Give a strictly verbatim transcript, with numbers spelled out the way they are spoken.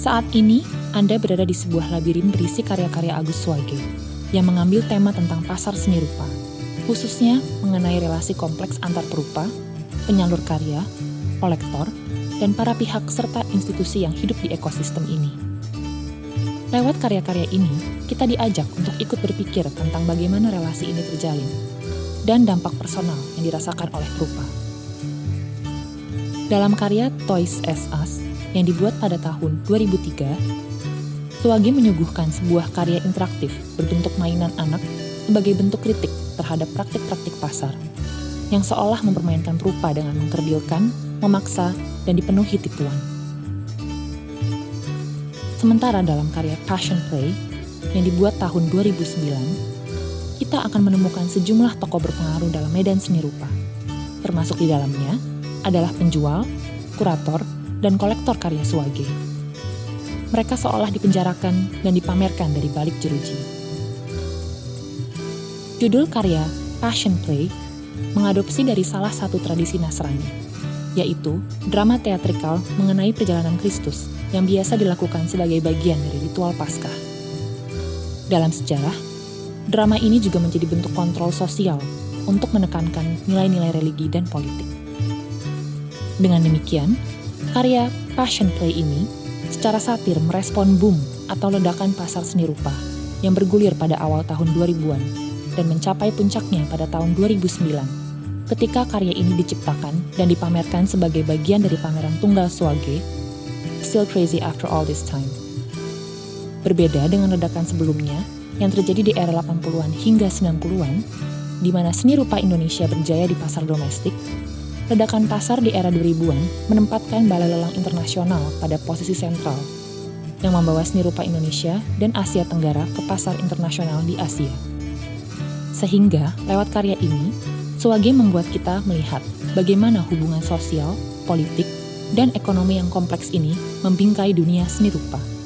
Saat ini, Anda berada di sebuah labirin berisi karya-karya Agus Suwage yang mengambil tema tentang pasar seni rupa, khususnya mengenai relasi kompleks antar perupa, penyalur karya, kolektor, dan para pihak serta institusi yang hidup di ekosistem ini. Lewat karya-karya ini, kita diajak untuk ikut berpikir tentang bagaimana relasi ini terjalin dan dampak personal yang dirasakan oleh perupa. Dalam karya Toys as Us yang dibuat pada tahun dua ribu tiga, Suwage menyuguhkan sebuah karya interaktif berbentuk mainan anak sebagai bentuk kritik terhadap praktik-praktik pasar yang seolah mempermainkan perupa dengan mengkerdilkan, memaksa, dan dipenuhi tipuan. Sementara dalam karya Passion Play yang dibuat tahun dua ribu sembilan, kita akan menemukan sejumlah tokoh berpengaruh dalam medan seni rupa. Termasuk di dalamnya adalah penjual, kurator, dan kolektor karya Suwage. Mereka seolah dipenjarakan dan dipamerkan dari balik jeruji. Judul karya Passion Play mengadopsi dari salah satu tradisi Nasrani, yaitu drama teatrikal mengenai perjalanan Kristus yang biasa dilakukan sebagai bagian dari ritual Paskah. Dalam sejarah, drama ini juga menjadi bentuk kontrol sosial untuk menekankan nilai-nilai religi dan politik. Dengan demikian, karya Passion Play ini secara satir merespon boom atau ledakan pasar seni rupa yang bergulir pada awal tahun dua ribuan dan mencapai puncaknya pada tahun dua ribu sembilan ketika karya ini diciptakan dan dipamerkan sebagai bagian dari pameran tunggal Suwage, Still Crazy After All This Time. Berbeda dengan ledakan sebelumnya yang terjadi di era delapan puluhan hingga sembilan puluhan, di mana seni rupa Indonesia berjaya di pasar domestik, ledakan pasar di era dua ribuan menempatkan Balai Lelang Internasional pada posisi sentral yang membawa seni rupa Indonesia dan Asia Tenggara ke pasar internasional di Asia. Sehingga, lewat karya ini, Suwage membuat kita melihat bagaimana hubungan sosial, politik, dan ekonomi yang kompleks ini membingkai dunia seni rupa.